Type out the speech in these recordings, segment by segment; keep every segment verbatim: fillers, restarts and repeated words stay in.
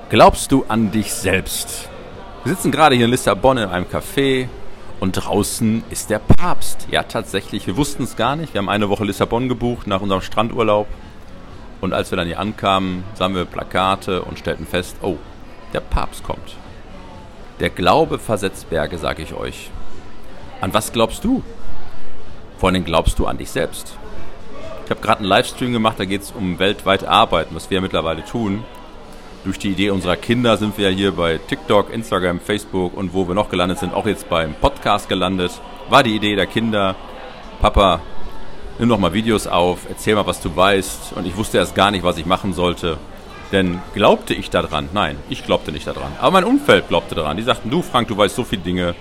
Glaubst du an dich selbst? Wir sitzen gerade hier in Lissabon in einem Café und draußen ist der Papst. Ja, tatsächlich, wir wussten es gar nicht. Wir haben eine Woche Lissabon gebucht nach unserem Strandurlaub. Und als wir dann hier ankamen, sahen wir Plakate und stellten fest, oh, der Papst kommt. Der Glaube versetzt Berge, sage ich euch. An was glaubst du? Vor allem glaubst du an dich selbst. Ich habe gerade einen Livestream gemacht, da geht es um weltweite Arbeiten, was wir ja mittlerweile tun. Durch die Idee unserer Kinder sind wir ja hier bei TikTok, Instagram, Facebook und wo wir noch gelandet sind, auch jetzt beim Podcast gelandet. War die Idee der Kinder, Papa, nimm doch mal Videos auf, erzähl mal, was du weißt. Und ich wusste erst gar nicht, was ich machen sollte. Denn glaubte ich daran? Nein, ich glaubte nicht daran. Aber mein Umfeld glaubte daran. Die sagten, du Frank, du weißt so viele Dinge,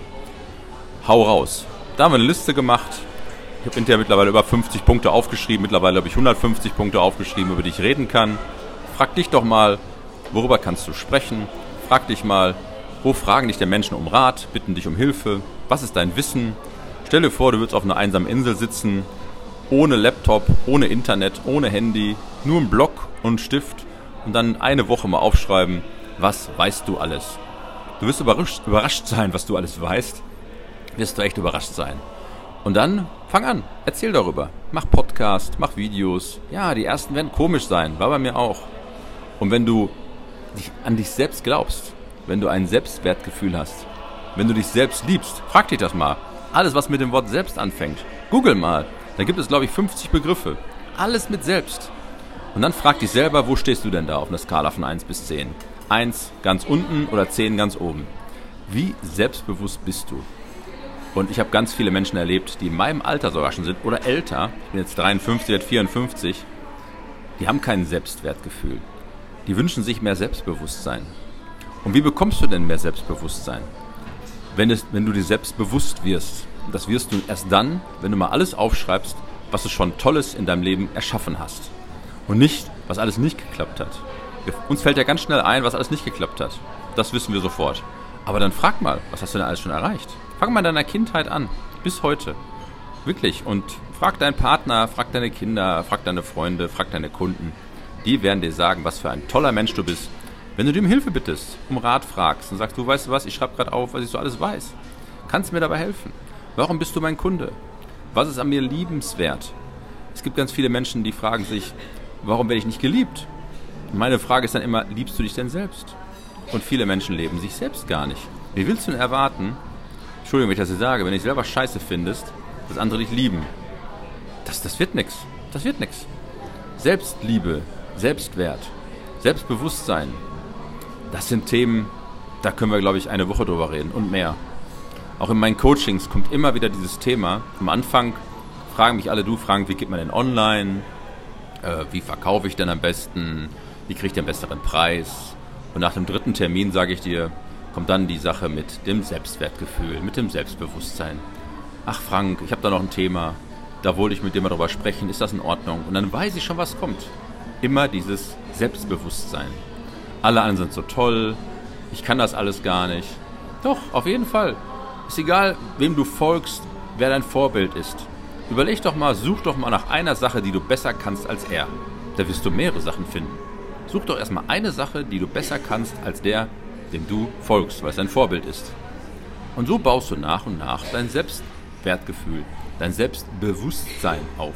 hau raus. Da haben wir eine Liste gemacht. Ich habe hinterher mittlerweile über fünfzig Punkte aufgeschrieben. Mittlerweile habe ich hundertfünfzig Punkte aufgeschrieben, über die ich reden kann. Frag dich doch mal, worüber kannst du sprechen? Frag dich mal, wo fragen dich der Menschen um Rat, bitten dich um Hilfe? Was ist dein Wissen? Stell dir vor, du würdest auf einer einsamen Insel sitzen, ohne Laptop, ohne Internet, ohne Handy, nur ein Block und einen Stift und dann eine Woche mal aufschreiben, was weißt du alles? Du wirst überrascht, überrascht sein, was du alles weißt. Wirst du echt überrascht sein. Und dann fang an, erzähl darüber. Mach Podcast, mach Videos. Ja, die ersten werden komisch sein, war bei mir auch. Und wenn du dich an dich selbst glaubst, wenn du ein Selbstwertgefühl hast, wenn du dich selbst liebst, frag dich das mal. Alles, was mit dem Wort selbst anfängt, google mal. Da gibt es, glaube ich, fünfzig Begriffe. Alles mit selbst. Und dann frag dich selber, wo stehst du denn da auf einer Skala von eins bis zehn? eins ganz unten oder zehn ganz oben. Wie selbstbewusst bist du? Und ich habe ganz viele Menschen erlebt, die in meinem Alter sogar schon sind oder älter. Ich bin jetzt dreiundfünfzig, jetzt vierundfünfzig. Die haben kein Selbstwertgefühl. Die wünschen sich mehr Selbstbewusstsein. Und wie bekommst du denn mehr Selbstbewusstsein? Wenn, es, wenn du dir selbst bewusst wirst. Und das wirst du erst dann, wenn du mal alles aufschreibst, was du schon Tolles in deinem Leben erschaffen hast. Und nicht, was alles nicht geklappt hat. Wir, uns fällt ja ganz schnell ein, was alles nicht geklappt hat. Das wissen wir sofort. Aber dann frag mal, was hast du denn alles schon erreicht? Fang mal in deiner Kindheit an, bis heute. Wirklich. Und frag deinen Partner, frag deine Kinder, frag deine Freunde, frag deine Kunden. Die werden dir sagen, was für ein toller Mensch du bist. Wenn du dir um Hilfe bittest, um Rat fragst und sagst, du weißt du was, ich schreibe gerade auf, was ich so alles weiß. Kannst du mir dabei helfen? Warum bist du mein Kunde? Was ist an mir liebenswert? Es gibt ganz viele Menschen, die fragen sich, warum werde ich nicht geliebt? Und meine Frage ist dann immer, liebst du dich denn selbst? Und viele Menschen leben sich selbst gar nicht. Wie willst du denn erwarten, Entschuldigung, wenn ich das hier sage, wenn du dich selber scheiße findest, dass andere dich lieben? Das, das wird nix. Das wird nix. Selbstliebe, Selbstwert, Selbstbewusstsein, das sind Themen, da können wir, glaube ich, eine Woche drüber reden und mehr. Auch in meinen Coachings kommt immer wieder dieses Thema. Am Anfang fragen mich alle, du Frank, wie geht man denn online? Äh, wie verkaufe ich denn am besten? Wie kriege ich den besseren Preis? Und nach dem dritten Termin, sage ich dir, kommt dann die Sache mit dem Selbstwertgefühl, mit dem Selbstbewusstsein. Ach Frank, ich habe da noch ein Thema, da wollte ich mit dir mal drüber sprechen, ist das in Ordnung? Und dann weiß ich schon, was kommt. Immer dieses Selbstbewusstsein. Alle anderen sind so toll, ich kann das alles gar nicht. Doch, auf jeden Fall. Ist egal, wem du folgst, wer dein Vorbild ist. Überleg doch mal, such doch mal nach einer Sache, die du besser kannst als er. Da wirst du mehrere Sachen finden. Such doch erstmal eine Sache, die du besser kannst als der, dem du folgst, weil es dein Vorbild ist. Und so baust du nach und nach dein Selbstwertgefühl, dein Selbstbewusstsein auf.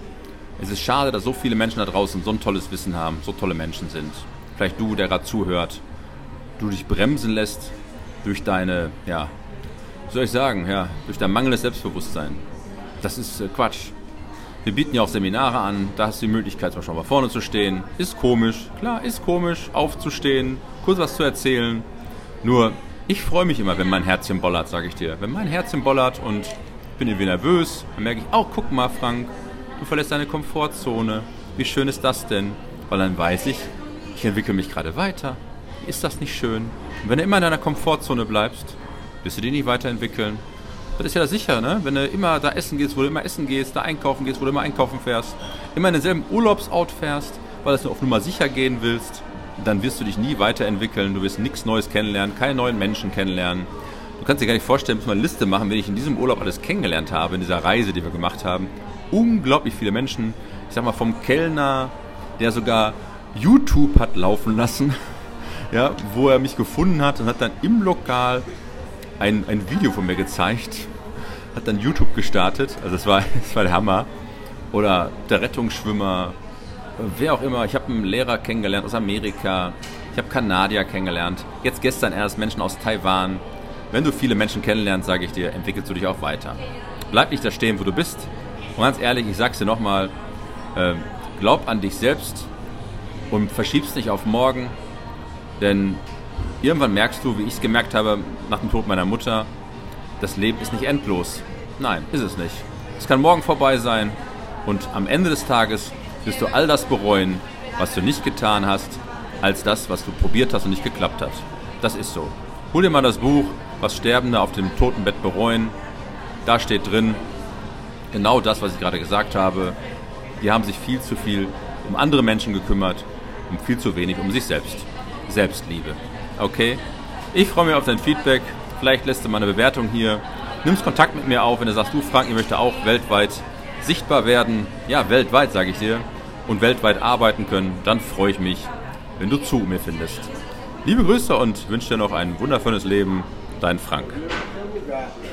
Es ist schade, dass so viele Menschen da draußen so ein tolles Wissen haben, so tolle Menschen sind. Vielleicht du, der gerade zuhört, du dich bremsen lässt durch deine, ja, wie soll ich sagen, ja, durch dein mangelndes Selbstbewusstsein. Das ist äh, Quatsch. Wir bieten ja auch Seminare an, da hast du die Möglichkeit, zum Beispiel mal vorne zu stehen. Ist komisch, klar, ist komisch, aufzustehen, kurz was zu erzählen. Nur, ich freue mich immer, wenn mein Herzchen bollert, sage ich dir. Wenn mein Herzchen bollert und ich bin irgendwie nervös, dann merke ich, oh, guck mal, Frank, du verlässt deine Komfortzone. Wie schön ist das denn? Weil dann weiß ich, ich entwickle mich gerade weiter. Ist das nicht schön? Und wenn du immer in deiner Komfortzone bleibst, wirst du dich nicht weiterentwickeln. Das ist ja sicher, ne? Wenn du immer da essen gehst, wo du immer essen gehst, da einkaufen gehst, wo du immer einkaufen fährst, immer in denselben Urlaubsort fährst, weil du auf Nummer sicher gehen willst, dann wirst du dich nie weiterentwickeln. Du wirst nichts Neues kennenlernen, keine neuen Menschen kennenlernen. Du kannst dir gar nicht vorstellen, ich muss mal eine Liste machen, wenn ich in diesem Urlaub alles kennengelernt habe, in dieser Reise, die wir gemacht haben. Unglaublich viele Menschen. Ich sag mal, vom Kellner, der sogar YouTube hat laufen lassen, ja, wo er mich gefunden hat und hat dann im Lokal ein, ein Video von mir gezeigt, hat dann YouTube gestartet, also das war, das war der Hammer. Oder der Rettungsschwimmer, wer auch immer. Ich habe einen Lehrer kennengelernt aus Amerika, ich habe Kanadier kennengelernt, jetzt gestern erst Menschen aus Taiwan. Wenn du viele Menschen kennenlernst, sage ich dir, entwickelst du dich auch weiter. Bleib nicht da stehen, wo du bist. Und ganz ehrlich, ich sag's dir nochmal, äh, glaub an dich selbst und verschieb's nicht auf morgen, denn irgendwann merkst du, wie ich es gemerkt habe nach dem Tod meiner Mutter, das Leben ist nicht endlos. Nein, ist es nicht. Es kann morgen vorbei sein und am Ende des Tages wirst du all das bereuen, was du nicht getan hast, als das, was du probiert hast und nicht geklappt hat. Das ist so. Hol dir mal das Buch, was Sterbende auf dem Totenbett bereuen. Da steht drin, genau das, was ich gerade gesagt habe. Die haben sich viel zu viel um andere Menschen gekümmert und viel zu wenig um sich selbst. Selbstliebe. Okay? Ich freue mich auf dein Feedback. Vielleicht lässt du mal eine Bewertung hier. Nimmst Kontakt mit mir auf, wenn du sagst, du Frank, ich möchte auch weltweit sichtbar werden. Ja, weltweit, sage ich dir. Und weltweit arbeiten können. Dann freue ich mich, wenn du zu mir findest. Liebe Grüße und wünsche dir noch ein wundervolles Leben. Dein Frank.